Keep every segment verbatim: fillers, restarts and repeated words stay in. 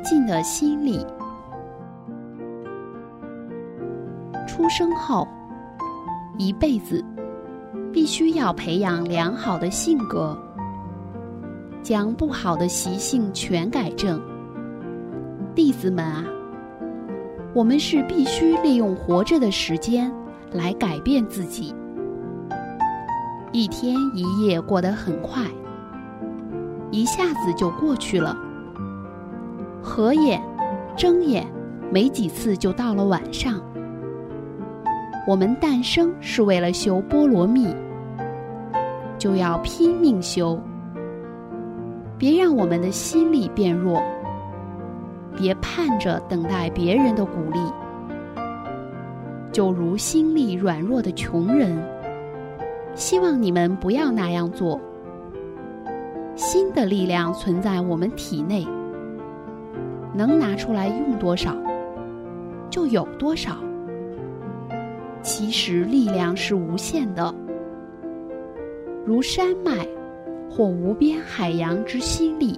尽的心力。出生后，一辈子必须要培养良好的性格，将不好的习性全改正。弟子们啊，我们是必须利用活着的时间来改变自己。一天一夜过得很快，一下子就过去了。合眼、睁眼，没几次就到了晚上。我们诞生是为了修波罗蜜，就要拼命修，别让我们的心力变弱，别盼着等待别人的鼓励。就如心力软弱的穷人，希望你们不要那样做。心的力量存在我们体内，能拿出来用多少，就有多少。其实力量是无限的，如山脉或无边海洋之心力，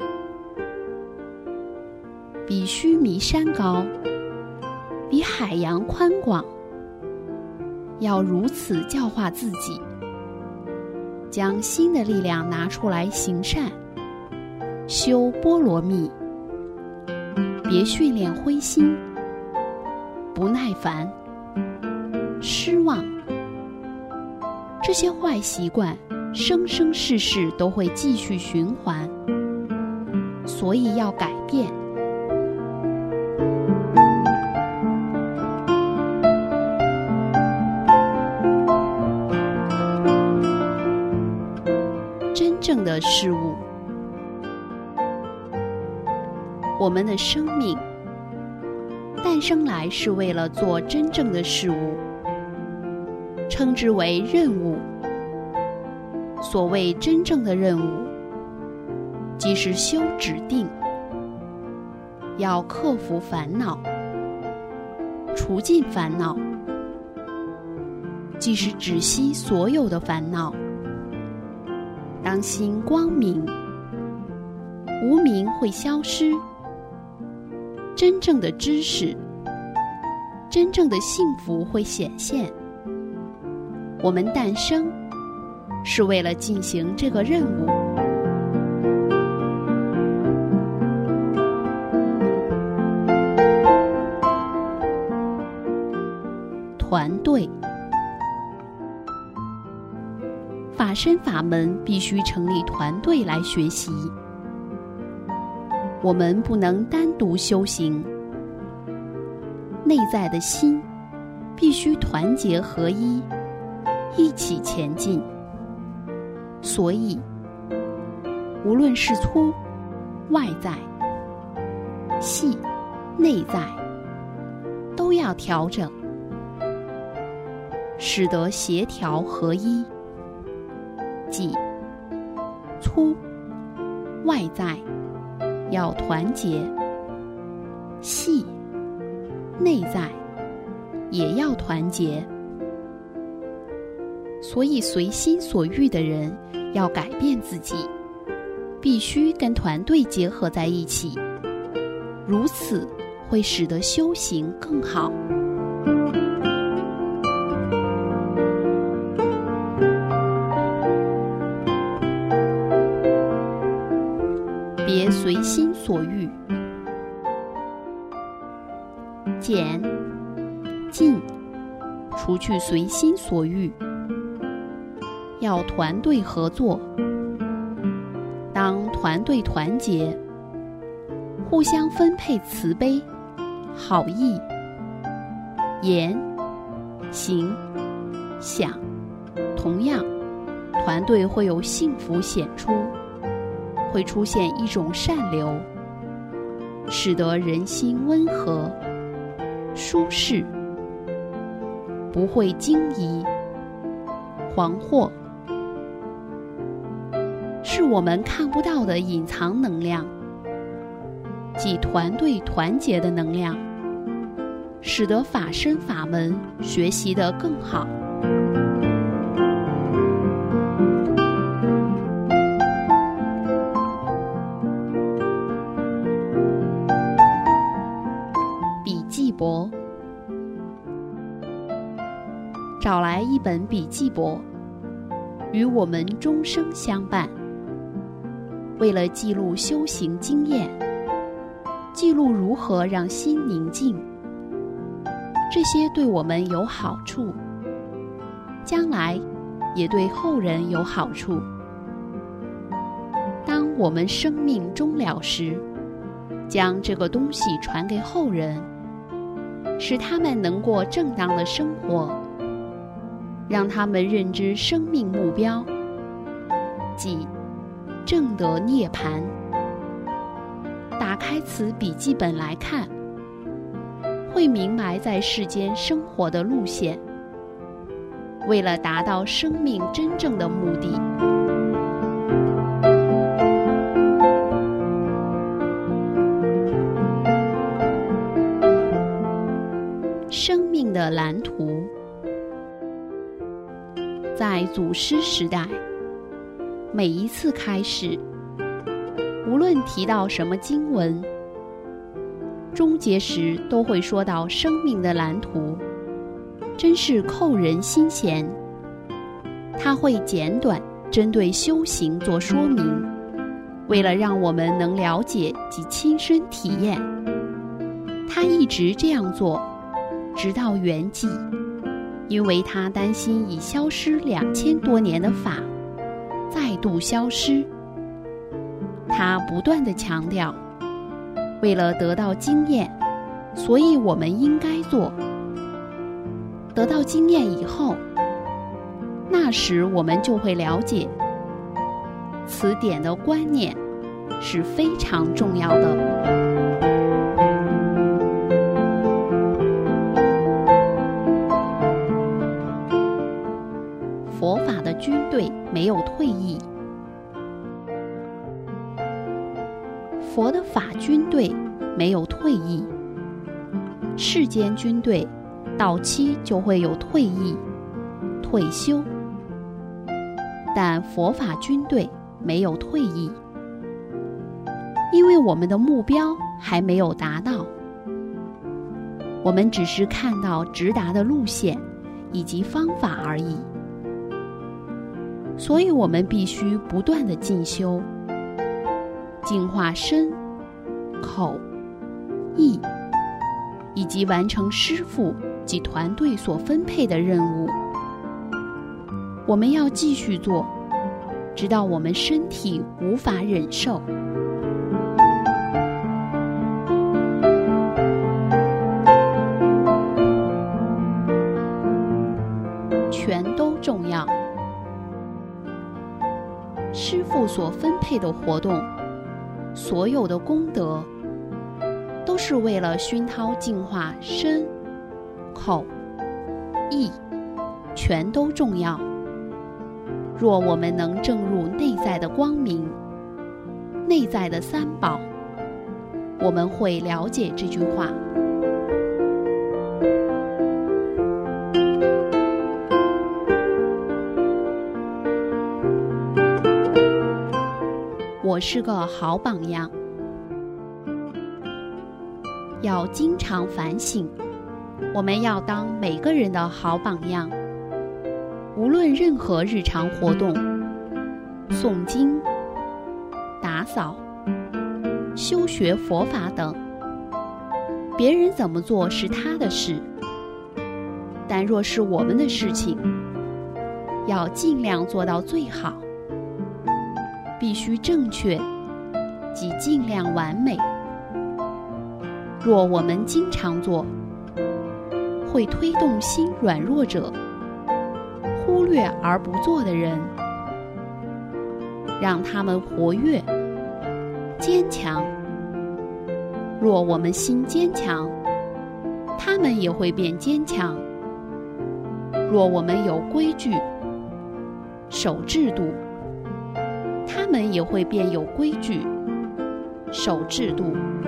比须弥山高，比海洋宽广。要如此教化自己，将心的力量拿出来行善，修波罗蜜。别训练灰心、不耐烦、失望，这些坏习惯生生世世都会继续循环，所以要改变。真正的事物，我们的生命诞生来是为了做真正的事物，称之为任务。所谓真正的任务，即是修指定，要克服烦恼，除尽烦恼，即是止息所有的烦恼。当心光明，无明会消失。真正的知识，真正的幸福会显现。我们诞生是为了进行这个任务。团队，法身法门必须成立团队来学习。我们不能单独修行，内在的心必须团结合一，一起前进。所以，无论是粗、外在、细、内在，都要调整，使得协调合一。即粗、外在要团结，细、内在也要团结。所以随心所欲的人要改变自己，必须跟团队结合在一起，如此会使得修行更好。别随心所欲，减、尽，除去随心所欲，要团队合作。当团队团结，互相分配慈悲、好意、言、行、想，同样，团队会有幸福显出，会出现一种善流，使得人心温和、舒适，不会惊疑、惶惑。是我们看不到的隐藏能量，即团队团结的能量，使得法身法门学习得更好。 找来一本笔记簿，与我们终生相伴。为了记录修行经验，记录如何让心宁静，这些对我们有好处，将来也对后人有好处。当我们生命终了时，将这个东西传给后人，使他们能过正当的生活，让他们认知生命目标，即正得涅槃。打开此笔记本来看，会明白在世间生活的路线，为了达到生命真正的目的。生命的蓝图。在祖师时代，每一次开始，无论提到什么经文，终结时都会说到生命的蓝图，真是扣人心弦。它会简短针对修行做说明，为了让我们能了解及亲身体验，他一直这样做，直到圆寂，因为他担心已消失两千多年的法再度消失。他不断地强调，为了得到经验，所以我们应该做。得到经验以后，那时我们就会了解，此点的观念是非常重要的。佛法的军队没有退役，佛的法军队没有退役。世间军队到期就会有退役、退休，但佛法军队没有退役，因为我们的目标还没有达到，我们只是看到直达的路线以及方法而已。所以我们必须不断地进修，净化身、口、意，以及完成师父及团队所分配的任务。我们要继续做，直到我们身体无法忍受。全都重要。师父所分配的活动，所有的功德，都是为了熏陶净化身、口、意，全都重要。若我们能证入内在的光明，内在的三宝，我们会了解这句话。我是个好榜样，要经常反省，我们要当每个人的好榜样。无论任何日常活动，诵经、打扫、修学佛法等，别人怎么做是他的事，但若是我们的事情，要尽量做到最好，必须正确即尽量完美。若我们经常做，会推动心软弱者，忽略而不做的人，让他们活跃、坚强。若我们心坚强，他们也会变坚强。若我们有规矩、守制度，他们也会变有规矩、守制度。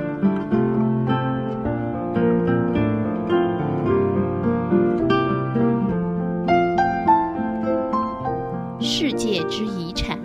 世界之遗产，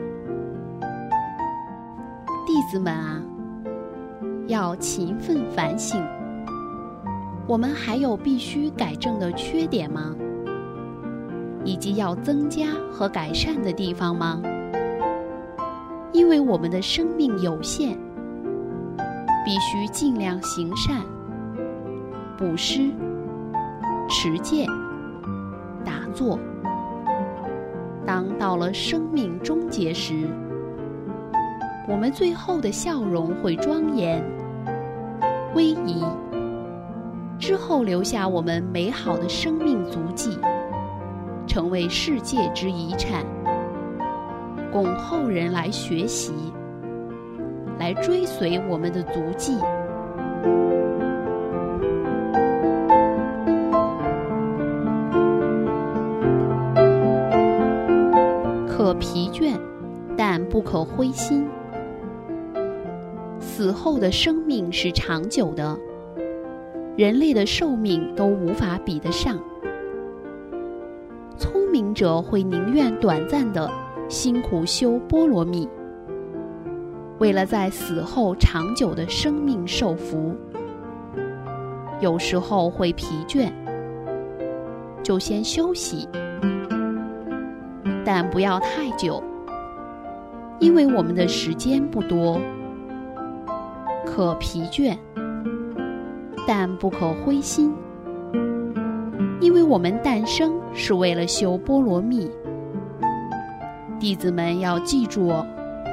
弟子们啊，要勤奋反省。我们还有必须改正的缺点吗？ 以及要增加和改善的地方吗？因为我们的生命有限，必须尽量行善、布施、持戒、打坐。当到了生命终结时，我们最后的笑容会庄严、威仪，之后留下我们美好的生命足迹，成为世界之遗产，供后人来学习，来追随我们的足迹。可疲倦，但不可灰心。死后的生命是长久的，人类的寿命都无法比得上。聪明者会宁愿短暂的辛苦修波罗蜜，为了在死后长久的生命受福。有时候会疲倦，就先休息，但不要太久，因为我们的时间不多。可疲倦，但不可灰心，因为我们诞生是为了修波罗蜜。弟子们要记住哦。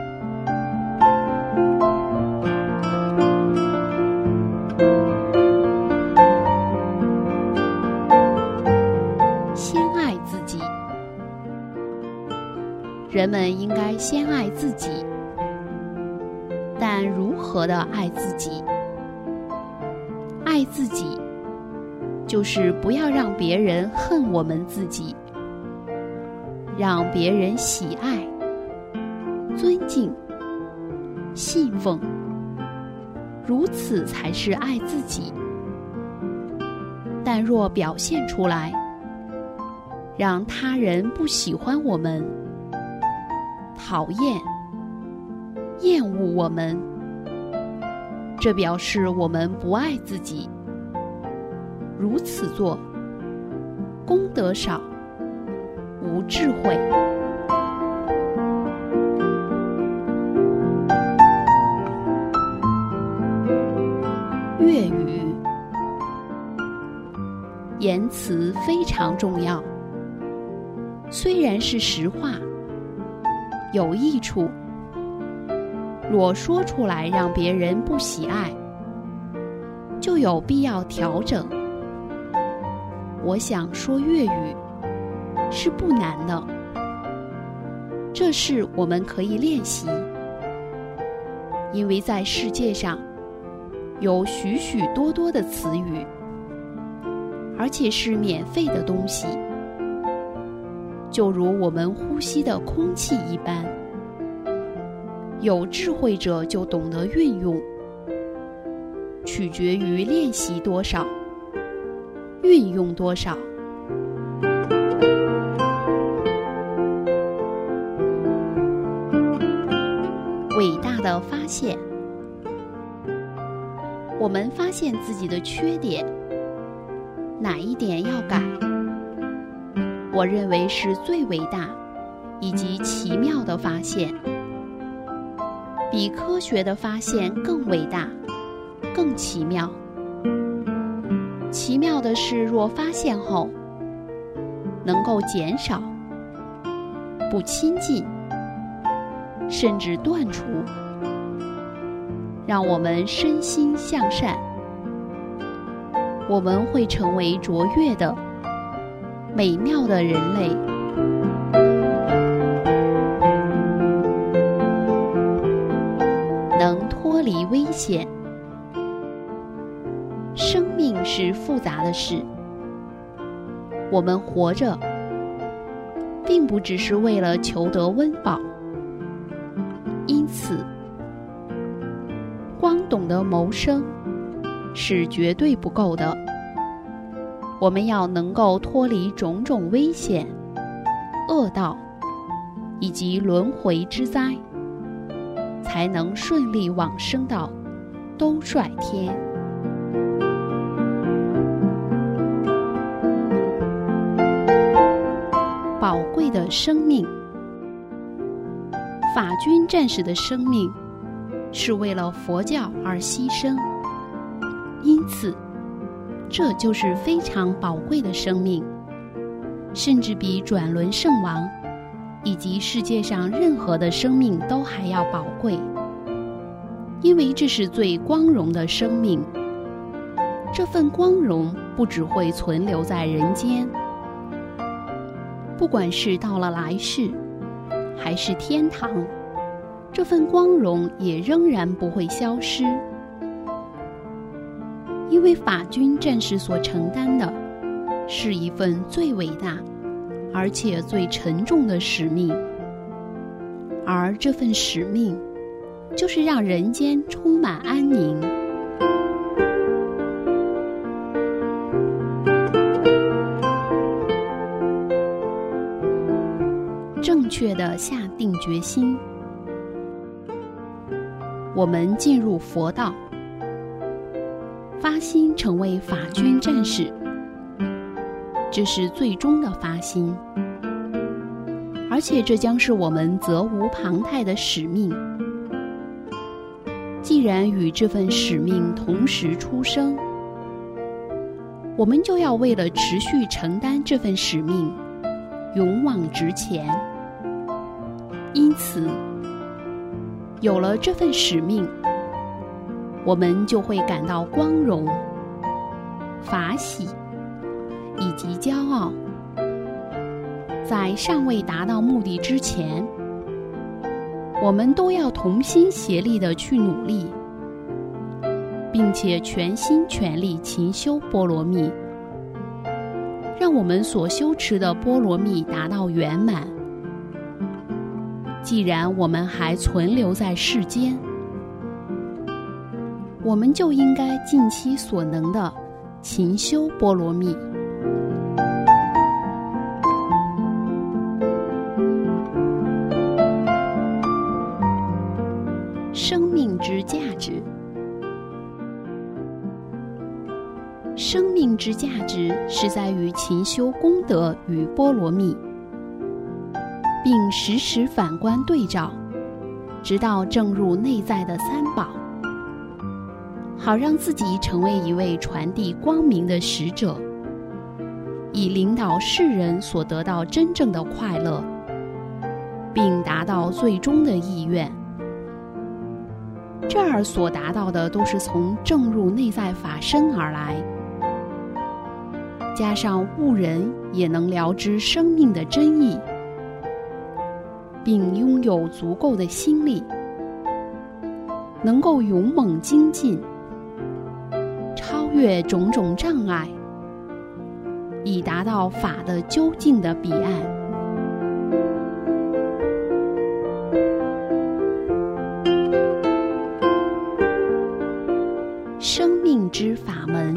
先爱自己，人们应该先爱自己。但如何的爱自己？爱自己，就是不要让别人恨我们自己，让别人喜爱、尊敬、信奉，如此才是爱自己。但若表现出来，让他人不喜欢我们、讨厌、厌恶我们，这表示我们不爱自己。如此做，功德少，无智慧。粤语言辞非常重要，虽然是实话，有益处，若说出来让别人不喜爱，就有必要调整。我想说粤语是不难的，这事我们可以练习，因为在世界上有许许多多的词语，而且是免费的东西，就如我们呼吸的空气一般。有智慧者就懂得运用，取决于练习多少，运用多少。伟大的发现，我们发现自己的缺点，哪一点要改？我认为是最伟大以及奇妙的发现。比科学的发现更伟大，更奇妙。奇妙的是，若发现后能够减少、不亲近，甚至断除，让我们身心向善，我们会成为卓越的、美妙的人类。能脱离危险。生命是复杂的事，我们活着并不只是为了求得温饱，因此光懂得谋生是绝对不够的。我们要能够脱离种种危险、恶道以及轮回之灾，才能顺利往生到兜率天。 贵的生命。法军战士的生命是为了佛教而牺牲，因此这就是非常宝贵的生命，甚至比转轮圣王以及世界上任何的生命都还要宝贵，因为这是最光荣的生命。这份光荣不只会存留在人间，不管是到了来世还是天堂，这份光荣也仍然不会消失。因为法军战士所承担的是一份最伟大而且最沉重的使命，而这份使命就是让人间充满安宁。正确的下定决心，我们进入佛道，发心成为法军战士，这是最终的发心，而且这将是我们责无旁贷的使命。既然与这份使命同时出生，我们就要为了持续承担这份使命，勇往直前。因此，有了这份使命，我们就会感到光荣、法喜以及骄傲。在尚未达到目的之前，我们都要同心协力地去努力，并且全心全力勤修波罗蜜，让我们所修持的波罗蜜达到圆满。既然我们还存留在世间，我们就应该尽其所能地勤修波罗蜜。生命之价值，生命之价值是在于勤修功德与波罗蜜，并时时反观对照，直到证入内在的三宝，好让自己成为一位传递光明的使者，以领导世人所得到真正的快乐，并达到最终的意愿。这儿所达到的都是从证入内在法身而来，加上悟人也能了知生命的真意，并拥有足够的心力，能够勇猛精进，超越种种障碍，以达到法的究竟的彼岸。生命之法门，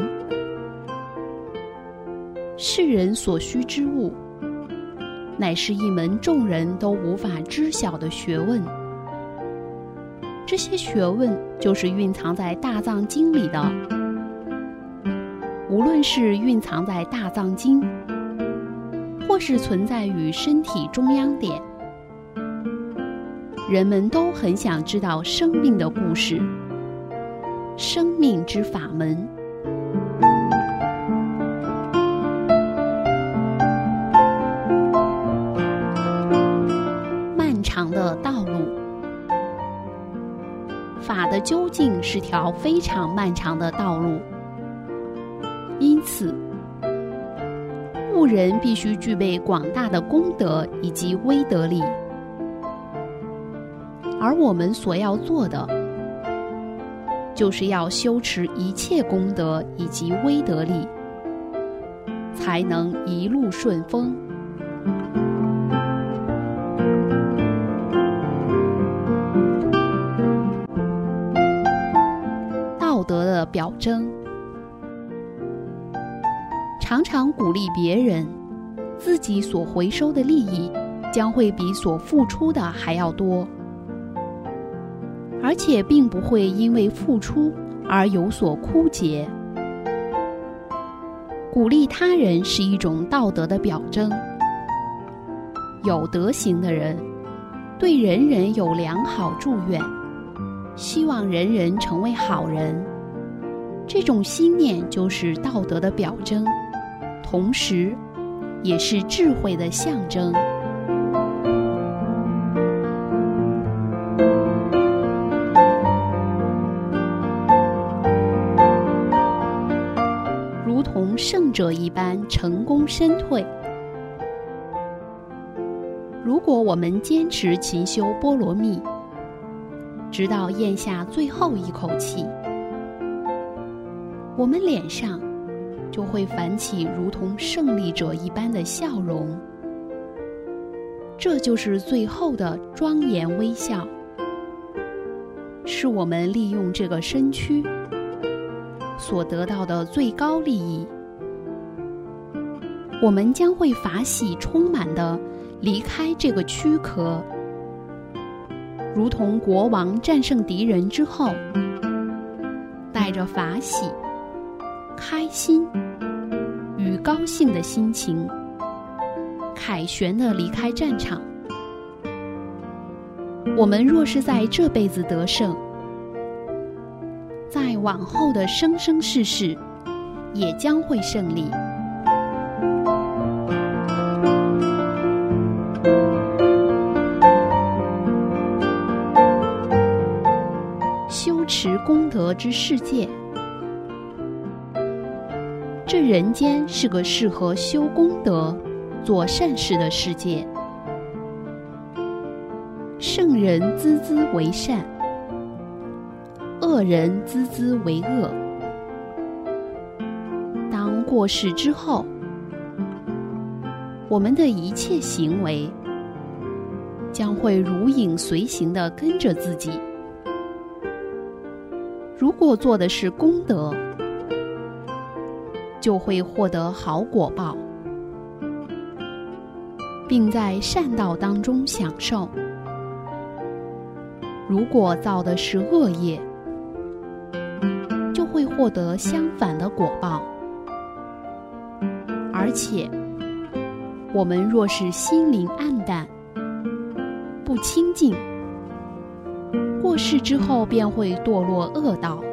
世人所需之物，乃是一门众人都无法知晓的学问。这些学问就是蕴藏在大藏经里的，无论是蕴藏在大藏经，或是存在于身体中央点，人们都很想知道生命的故事，生命之法门。漫长的道路，法的究竟是条非常漫长的道路，因此悟人必须具备广大的功德以及威德力，而我们所要做的就是要修持一切功德以及威德力，才能一路顺风。道德的表征，常常鼓励别人，自己所回收的利益将会比所付出的还要多，而且并不会因为付出而有所枯竭。鼓励他人是一种道德的表征， 有德行的人，对人人有良好祝愿，希望人人成为好人。这种心念就是道德的表征，同时也是智慧的象征。如同圣者一般成功身退。如果我们坚持勤修波罗蜜，直到咽下最后一口气，我们脸上就会泛起如同胜利者一般的笑容。这就是最后的庄严微笑，是我们利用这个身躯所得到的最高利益。我们将会法喜充满地离开这个躯壳，如同国王战胜敌人之后，带着法喜、开心与高兴的心情，凯旋地离开战场。我们若是在这辈子得胜，在往后的生生世世也将会胜利。修持功德之世界，这人间是个适合修功德、做善事的世界。圣人孜孜为善，恶人孜孜为恶。当过世之后，我们的一切行为将会如影随形地跟着自己。如果做的是功德，就会获得好果报，并在善道当中享受。如果造的是恶业，就会获得相反的果报。而且，我们若是心灵暗淡、不清净，过世之后便会堕落恶道。